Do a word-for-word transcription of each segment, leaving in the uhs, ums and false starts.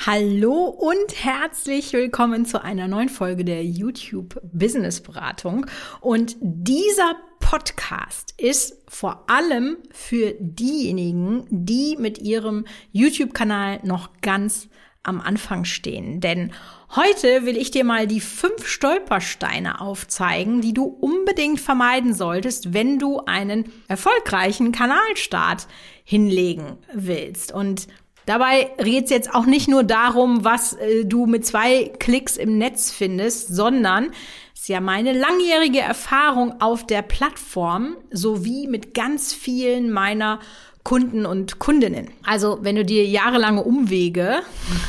Hallo und herzlich willkommen zu einer neuen Folge der YouTube Business Beratung. Und dieser Podcast ist vor allem für diejenigen, die mit ihrem YouTube-Kanal noch ganz am Anfang stehen. Denn heute will ich dir mal die fünf Stolpersteine aufzeigen, die du unbedingt vermeiden solltest, wenn du einen erfolgreichen Kanalstart hinlegen willst. Und dabei geht es jetzt auch nicht nur darum, was äh, du mit zwei Klicks im Netz findest, sondern es ist ja meine langjährige Erfahrung auf der Plattform sowie mit ganz vielen meiner Kunden und Kundinnen. Also wenn du dir jahrelange Umwege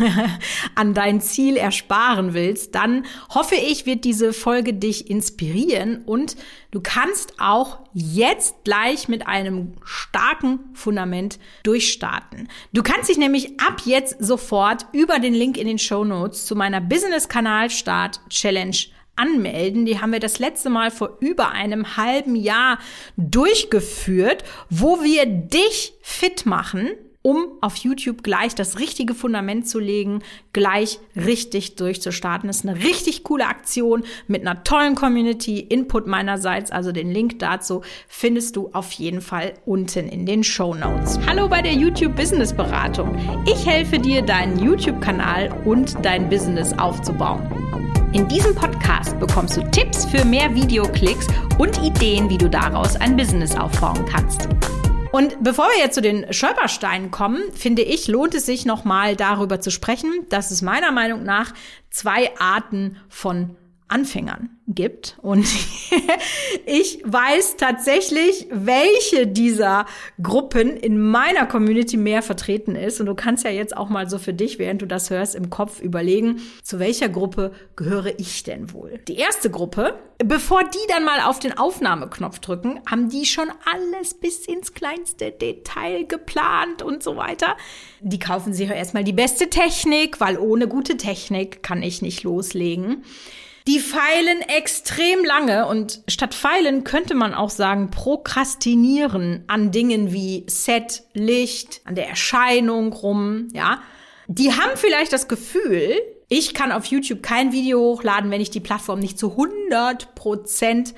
an dein Ziel ersparen willst, dann hoffe ich, wird diese Folge dich inspirieren und du kannst auch jetzt gleich mit einem starken Fundament durchstarten. Du kannst dich nämlich ab jetzt sofort über den Link in den Shownotes zu meiner Business-Kanal-Start-Challenge anmelden. Die haben wir das letzte Mal vor über einem halben Jahr durchgeführt, wo wir dich fit machen, um auf YouTube gleich das richtige Fundament zu legen, gleich richtig durchzustarten. Das ist eine richtig coole Aktion mit einer tollen Community, Input meinerseits. Also den Link dazu findest du auf jeden Fall unten in den Shownotes. Hallo bei der YouTube Business Beratung. Ich helfe dir, deinen YouTube-Kanal und dein Business aufzubauen. In diesem Podcast bekommst du Tipps für mehr Videoklicks und Ideen, wie du daraus ein Business aufbauen kannst. Und bevor wir jetzt zu den Stolpersteinen kommen, finde ich, lohnt es sich nochmal darüber zu sprechen, dass es meiner Meinung nach zwei Arten von Anfängern gibt. Und ich weiß tatsächlich, welche dieser Gruppen in meiner Community mehr vertreten ist. Und du kannst ja jetzt auch mal so für dich, während du das hörst, im Kopf überlegen, zu welcher Gruppe gehöre ich denn wohl? Die erste Gruppe, bevor die dann mal auf den Aufnahmeknopf drücken, haben die schon alles bis ins kleinste Detail geplant und so weiter. Die kaufen sich erstmal die beste Technik, weil ohne gute Technik kann ich nicht loslegen. Die feilen extrem lange und statt feilen könnte man auch sagen, prokrastinieren an Dingen wie Set, Licht, an der Erscheinung rum, ja. Die haben vielleicht das Gefühl, ich kann auf YouTube kein Video hochladen, wenn ich die Plattform nicht zu hundert Prozent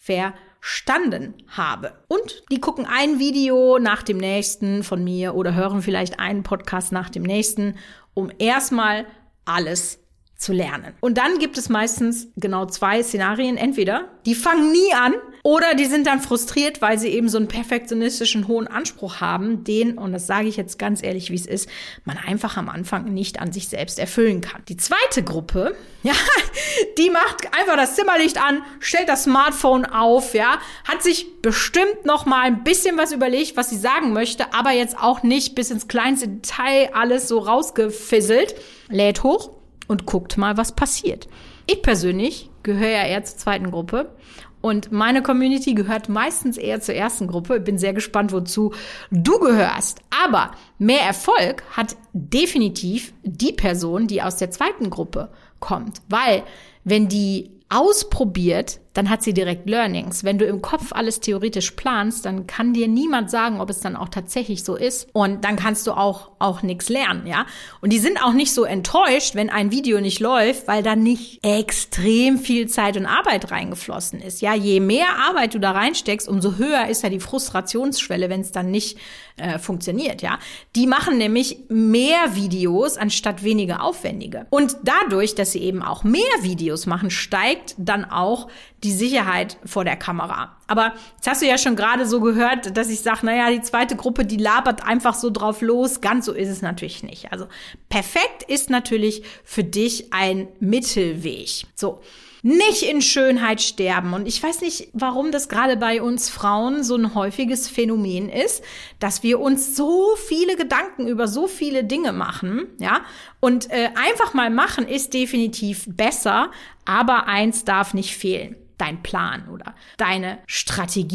verstanden habe. Und die gucken ein Video nach dem nächsten von mir oder hören vielleicht einen Podcast nach dem nächsten, um erstmal alles zu lernen. Und dann gibt es meistens genau zwei Szenarien. Entweder die fangen nie an oder die sind dann frustriert, weil sie eben so einen perfektionistischen hohen Anspruch haben, den, und das sage ich jetzt ganz ehrlich, wie es ist, man einfach am Anfang nicht an sich selbst erfüllen kann. Die zweite Gruppe, ja, die macht einfach das Zimmerlicht an, stellt das Smartphone auf, ja, hat sich bestimmt noch mal ein bisschen was überlegt, was sie sagen möchte, aber jetzt auch nicht bis ins kleinste Detail alles so rausgefisselt, lädt hoch und guckt mal, was passiert. Ich persönlich gehöre ja eher zur zweiten Gruppe und meine Community gehört meistens eher zur ersten Gruppe. Ich bin sehr gespannt, wozu du gehörst. Aber mehr Erfolg hat definitiv die Person, die aus der zweiten Gruppe kommt. Weil wenn die ausprobiert, dann hat sie direkt Learnings. Wenn du im Kopf alles theoretisch planst, dann kann dir niemand sagen, ob es dann auch tatsächlich so ist. Und dann kannst du auch, auch nichts lernen, ja. Und die sind auch nicht so enttäuscht, wenn ein Video nicht läuft, weil da nicht extrem viel Zeit und Arbeit reingeflossen ist. Ja, je mehr Arbeit du da reinsteckst, umso höher ist ja die Frustrationsschwelle, wenn es dann nicht äh, funktioniert, ja. Die machen nämlich mehr Videos anstatt weniger aufwendige. Und dadurch, dass sie eben auch mehr Videos machen, steigt dann auch die Sicherheit vor der Kamera. Aber jetzt hast du ja schon gerade so gehört, dass ich sage, naja, die zweite Gruppe, die labert einfach so drauf los. Ganz so ist es natürlich nicht. Also perfekt ist natürlich für dich ein Mittelweg. So. Nicht in Schönheit sterben. Und ich weiß nicht, warum das gerade bei uns Frauen so ein häufiges Phänomen ist, dass wir uns so viele Gedanken über so viele Dinge machen, ja. Und äh, einfach mal machen ist definitiv besser, aber eins darf nicht fehlen. Dein Plan oder deine Strategie.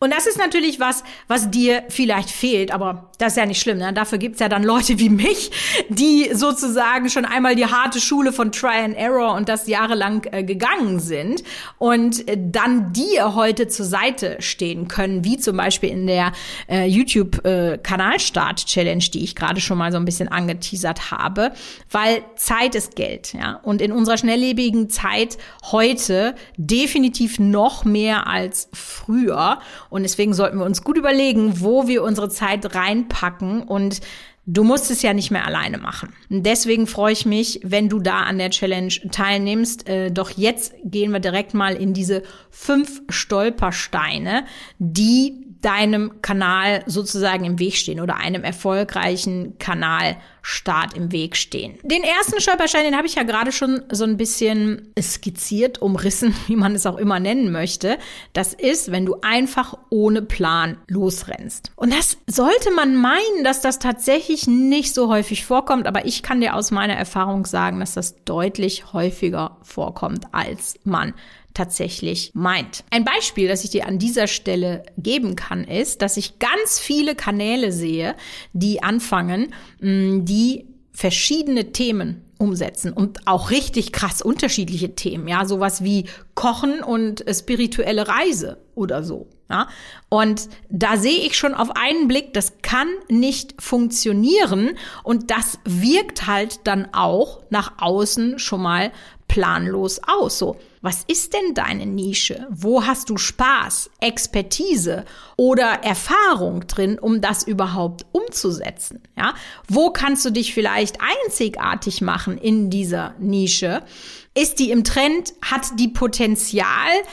Und das ist natürlich was, was dir vielleicht fehlt, aber das ist ja nicht schlimm. Ne? Dafür gibt's ja dann Leute wie mich, die sozusagen schon einmal die harte Schule von Try and Error und das jahrelang äh, gegangen sind und äh, dann dir heute zur Seite stehen können, wie zum Beispiel in der äh, YouTube-Kanalstart-Challenge, die ich gerade schon mal so ein bisschen angeteasert habe, weil Zeit ist Geld, ja. Und in unserer schnelllebigen Zeit heute definitiv noch mehr als früher. Und deswegen sollten wir uns gut überlegen, wo wir unsere Zeit reinpacken. Und du musst es ja nicht mehr alleine machen. Und deswegen freue ich mich, wenn du da an der Challenge teilnimmst. Äh, doch jetzt gehen wir direkt mal in diese fünf Stolpersteine, die deinem Kanal sozusagen im Weg stehen oder einem erfolgreichen Kanalstart im Weg stehen. Den ersten Stolperstein, den habe ich ja gerade schon so ein bisschen skizziert, umrissen, wie man es auch immer nennen möchte. Das ist, wenn du einfach ohne Plan losrennst. Und das sollte man meinen, dass das tatsächlich nicht so häufig vorkommt, aber ich kann dir aus meiner Erfahrung sagen, dass das deutlich häufiger vorkommt, als man tatsächlich meint. Ein Beispiel, das ich dir an dieser Stelle geben kann, ist, dass ich ganz viele Kanäle sehe, die anfangen, die verschiedene Themen umsetzen und auch richtig krass unterschiedliche Themen, ja, sowas wie Kochen und spirituelle Reise oder so, ja. Und da sehe ich schon auf einen Blick, das kann nicht funktionieren und das wirkt halt dann auch nach außen schon mal planlos aus. So, was ist denn deine Nische? Wo hast du Spaß, Expertise oder Erfahrung drin, um das überhaupt umzusetzen? Ja, wo kannst du dich vielleicht einzigartig machen in dieser Nische? Ist die im Trend? Hat die Potenzial?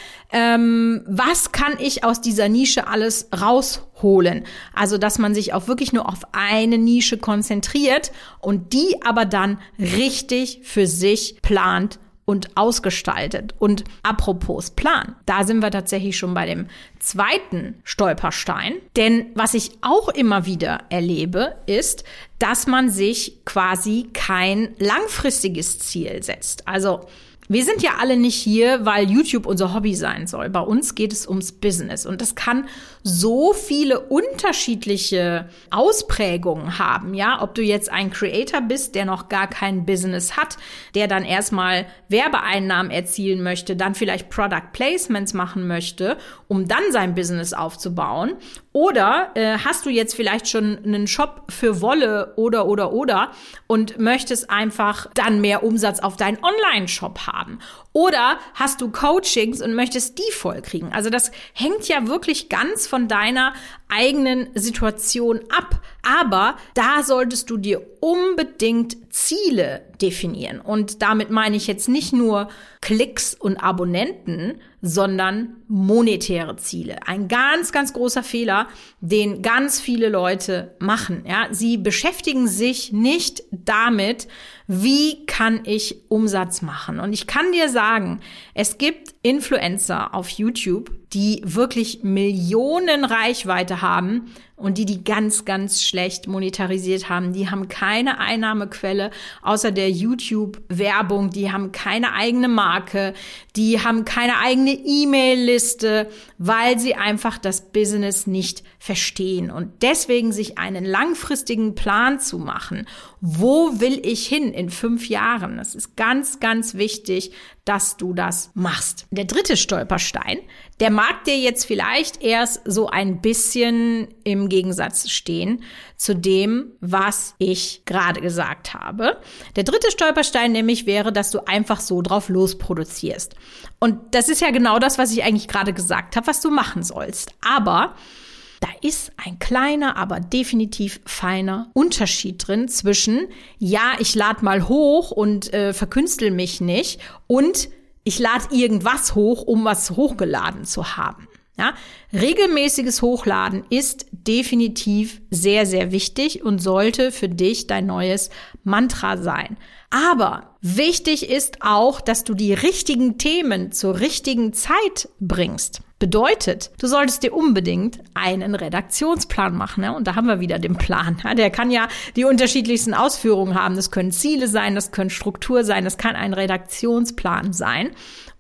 Ähm, was kann ich aus dieser Nische alles rausholen? Also, dass man sich auch wirklich nur auf eine Nische konzentriert und die aber dann richtig für sich plant und ausgestaltet. Und apropos Plan, da sind wir tatsächlich schon bei dem zweiten Stolperstein. Denn was ich auch immer wieder erlebe, ist, dass man sich quasi kein langfristiges Ziel setzt. Also wir sind ja alle nicht hier, weil YouTube unser Hobby sein soll. Bei uns geht es ums Business. Und das kann so viele unterschiedliche Ausprägungen haben. Ja, ob du jetzt ein Creator bist, der noch gar kein Business hat, der dann erstmal Werbeeinnahmen erzielen möchte, dann vielleicht Product Placements machen möchte, um dann sein Business aufzubauen. Oder äh, hast du jetzt vielleicht schon einen Shop für Wolle oder, oder, oder und möchtest einfach dann mehr Umsatz auf deinen Online-Shop haben. Oder hast du Coachings und möchtest die vollkriegen. Also das hängt ja wirklich ganz von deiner eigenen Situation ab. Aber da solltest du dir unbedingt Ziele definieren. Und damit meine ich jetzt nicht nur Klicks und Abonnenten, sondern monetäre Ziele. Ein ganz, ganz großer Fehler, den ganz viele Leute machen. Ja, sie beschäftigen sich nicht damit, wie kann ich Umsatz machen? Und ich kann dir sagen, es gibt Influencer auf YouTube, die wirklich Millionen Reichweite haben und die die ganz, ganz schlecht monetarisiert haben. Die haben keine Einnahmequelle außer der YouTube-Werbung. Die haben keine eigene Marke. Die haben keine eigene E-Mail-Liste, weil sie einfach das Business nicht verstehen. Und deswegen sich einen langfristigen Plan zu machen. Wo will ich hin in fünf Jahren? Das ist ganz, ganz wichtig, dass du das machst. Der dritte Stolperstein, der mag dir jetzt vielleicht erst so ein bisschen im Gegensatz stehen zu dem, was ich gerade gesagt habe. Der dritte Stolperstein nämlich wäre, dass du einfach so drauf losproduzierst. Und das ist ja genau das, was ich eigentlich gerade gesagt habe, was du machen sollst. Aber da ist ein kleiner, aber definitiv feiner Unterschied drin zwischen, ja, ich lade mal hoch und äh, verkünstel mich nicht und ich lade irgendwas hoch, um was hochgeladen zu haben. Ja, regelmäßiges Hochladen ist definitiv sehr, sehr wichtig und sollte für dich dein neues Mantra sein. Aber wichtig ist auch, dass du die richtigen Themen zur richtigen Zeit bringst. Bedeutet, du solltest dir unbedingt einen Redaktionsplan machen. Ja? Und da haben wir wieder den Plan. Ja? Der kann ja die unterschiedlichsten Ausführungen haben. Das können Ziele sein, das können Struktur sein, das kann ein Redaktionsplan sein.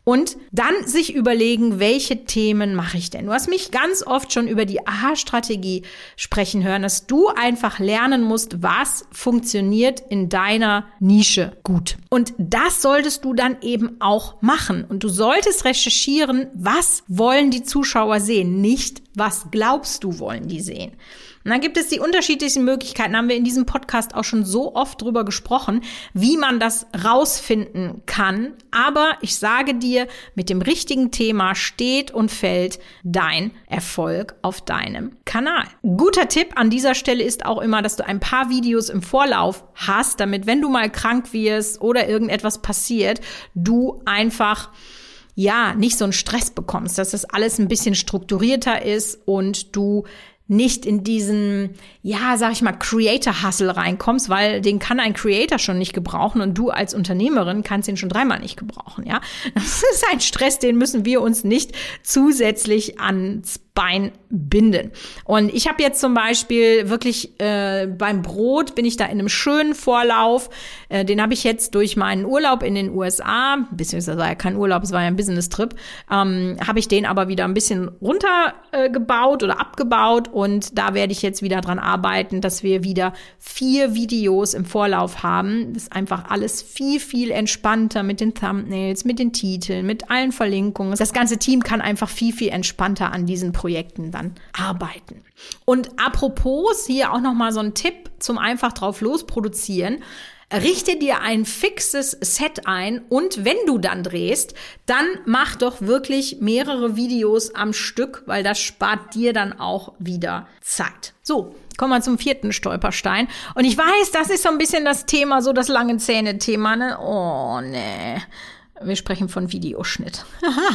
Und dann sich überlegen, welche Themen mache ich denn? Du hast mich ganz oft schon über die A H-Strategie sprechen hören, dass du einfach lernen musst, was funktioniert in deiner Nische gut. Und das solltest du dann eben auch machen. Und du solltest recherchieren, was wollen die Zuschauer sehen, nicht was glaubst du, wollen die sehen. Und dann gibt es die unterschiedlichsten Möglichkeiten, haben wir in diesem Podcast auch schon so oft drüber gesprochen, wie man das rausfinden kann. Aber ich sage dir, mit dem richtigen Thema steht und fällt dein Erfolg auf deinem Kanal. Guter Tipp an dieser Stelle ist auch immer, dass du ein paar Videos im Vorlauf hast, damit, wenn du mal krank wirst oder irgendetwas passiert, du einfach ja nicht so einen Stress bekommst, dass das alles ein bisschen strukturierter ist und du nicht in diesen, ja, sag ich mal, Creator-Hustle reinkommst, weil den kann ein Creator schon nicht gebrauchen und du als Unternehmerin kannst ihn schon dreimal nicht gebrauchen, ja. Das ist ein Stress, den müssen wir uns nicht zusätzlich ans Bein binden. Und ich habe jetzt zum Beispiel wirklich äh, beim Brot bin ich da in einem schönen Vorlauf. Äh, den habe ich jetzt durch meinen Urlaub in den U S A, beziehungsweise war ja kein Urlaub, es war ja ein Business-Trip, ähm, habe ich den aber wieder ein bisschen runtergebaut äh, oder abgebaut. Und da werde ich jetzt wieder dran arbeiten, dass wir wieder vier Videos im Vorlauf haben. Das ist einfach alles viel, viel entspannter mit den Thumbnails, mit den Titeln, mit allen Verlinkungen. Das ganze Team kann einfach viel, viel entspannter an diesen Projekten dann arbeiten. Und apropos, hier auch nochmal so ein Tipp zum einfach drauf losproduzieren. Richte dir ein fixes Set ein und wenn du dann drehst, dann mach doch wirklich mehrere Videos am Stück, weil das spart dir dann auch wieder Zeit. So, kommen wir zum vierten Stolperstein. Und ich weiß, das ist so ein bisschen das Thema, so das lange Zähne-Thema, ne? Oh, nee. Wir sprechen von Videoschnitt.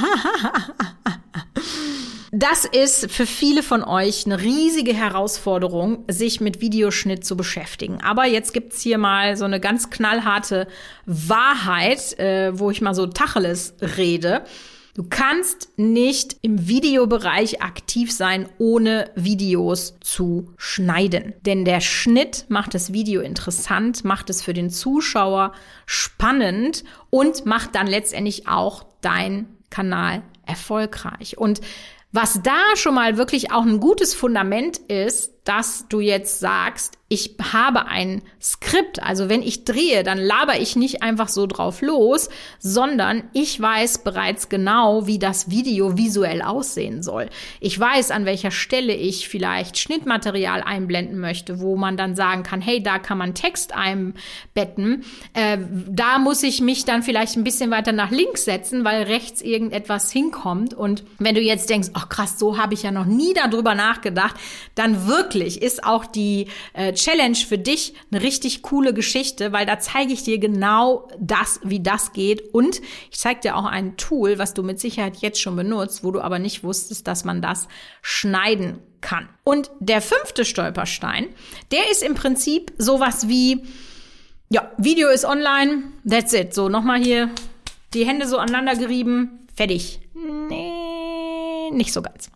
Das ist für viele von euch eine riesige Herausforderung, sich mit Videoschnitt zu beschäftigen. Aber jetzt gibt's hier mal so eine ganz knallharte Wahrheit, äh, wo ich mal so Tacheles rede. Du kannst nicht im Videobereich aktiv sein, ohne Videos zu schneiden. Denn der Schnitt macht das Video interessant, macht es für den Zuschauer spannend und macht dann letztendlich auch dein Kanal erfolgreich. Und was da schon mal wirklich auch ein gutes Fundament ist, dass du jetzt sagst, ich habe ein Skript, also wenn ich drehe, dann laber ich nicht einfach so drauf los, sondern ich weiß bereits genau, wie das Video visuell aussehen soll. Ich weiß, an welcher Stelle ich vielleicht Schnittmaterial einblenden möchte, wo man dann sagen kann, hey, da kann man Text einbetten. Äh, da muss ich mich dann vielleicht ein bisschen weiter nach links setzen, weil rechts irgendetwas hinkommt. Und wenn du jetzt denkst, ach krass, so habe ich ja noch nie darüber nachgedacht, dann wirklich ist auch die äh, Challenge für dich eine richtig coole Geschichte, weil da zeige ich dir genau das, wie das geht. Und ich zeige dir auch ein Tool, was du mit Sicherheit jetzt schon benutzt, wo du aber nicht wusstest, dass man das schneiden kann. Und der fünfte Stolperstein, der ist im Prinzip sowas wie, ja, Video ist online, that's it. So, nochmal hier die Hände so aneinander gerieben, fertig. Nee, nicht so ganz.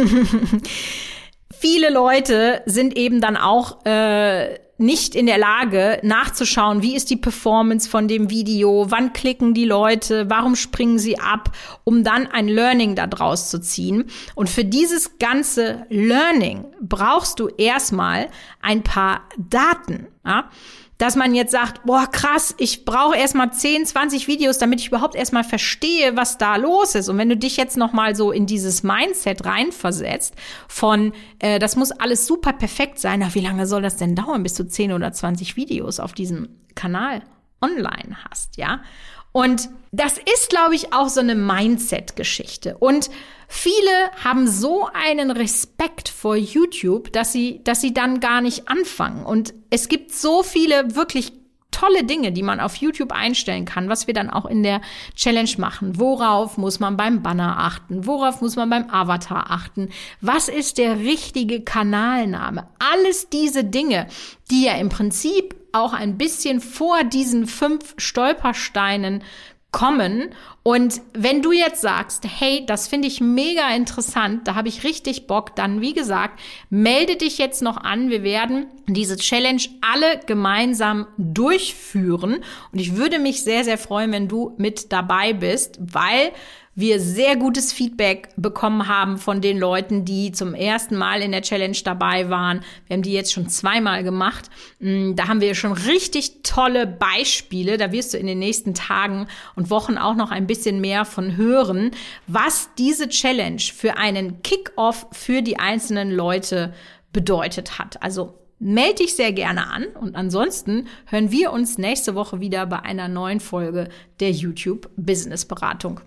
Viele Leute sind eben dann auch äh, nicht in der Lage, nachzuschauen, wie ist die Performance von dem Video, wann klicken die Leute, warum springen sie ab, um dann ein Learning da draus zu ziehen. Und für dieses ganze Learning brauchst du erstmal ein paar Daten, ja? Dass man jetzt sagt, boah, krass, ich brauche erstmal zehn, zwanzig Videos, damit ich überhaupt erstmal verstehe, was da los ist. Und wenn du dich jetzt nochmal so in dieses Mindset reinversetzt von, äh, das muss alles super perfekt sein, na, wie lange soll das denn dauern, bis du zehn oder zwanzig Videos auf diesem Kanal online hast, ja? Und das ist, glaube ich, auch so eine Mindset-Geschichte. Und viele haben so einen Respekt vor YouTube, dass sie, dass sie dann gar nicht anfangen. Und es gibt so viele wirklich tolle Dinge, die man auf YouTube einstellen kann, was wir dann auch in der Challenge machen. Worauf muss man beim Banner achten? Worauf muss man beim Avatar achten? Was ist der richtige Kanalname? Alles diese Dinge, die ja im Prinzip auch ein bisschen vor diesen fünf Stolpersteinen kommen. Und wenn du jetzt sagst, hey, das finde ich mega interessant, da habe ich richtig Bock, dann wie gesagt, melde dich jetzt noch an. Wir werden diese Challenge alle gemeinsam durchführen. Und ich würde mich sehr, sehr freuen, wenn du mit dabei bist, weil wir sehr gutes Feedback bekommen haben von den Leuten, die zum ersten Mal in der Challenge dabei waren. Wir haben die jetzt schon zweimal gemacht. Da haben wir schon richtig tolle Beispiele. Da wirst du in den nächsten Tagen und Wochen auch noch ein bisschen mehr von hören, was diese Challenge für einen Kick-Off für die einzelnen Leute bedeutet hat. Also melde dich sehr gerne an und ansonsten hören wir uns nächste Woche wieder bei einer neuen Folge der YouTube Business Beratung.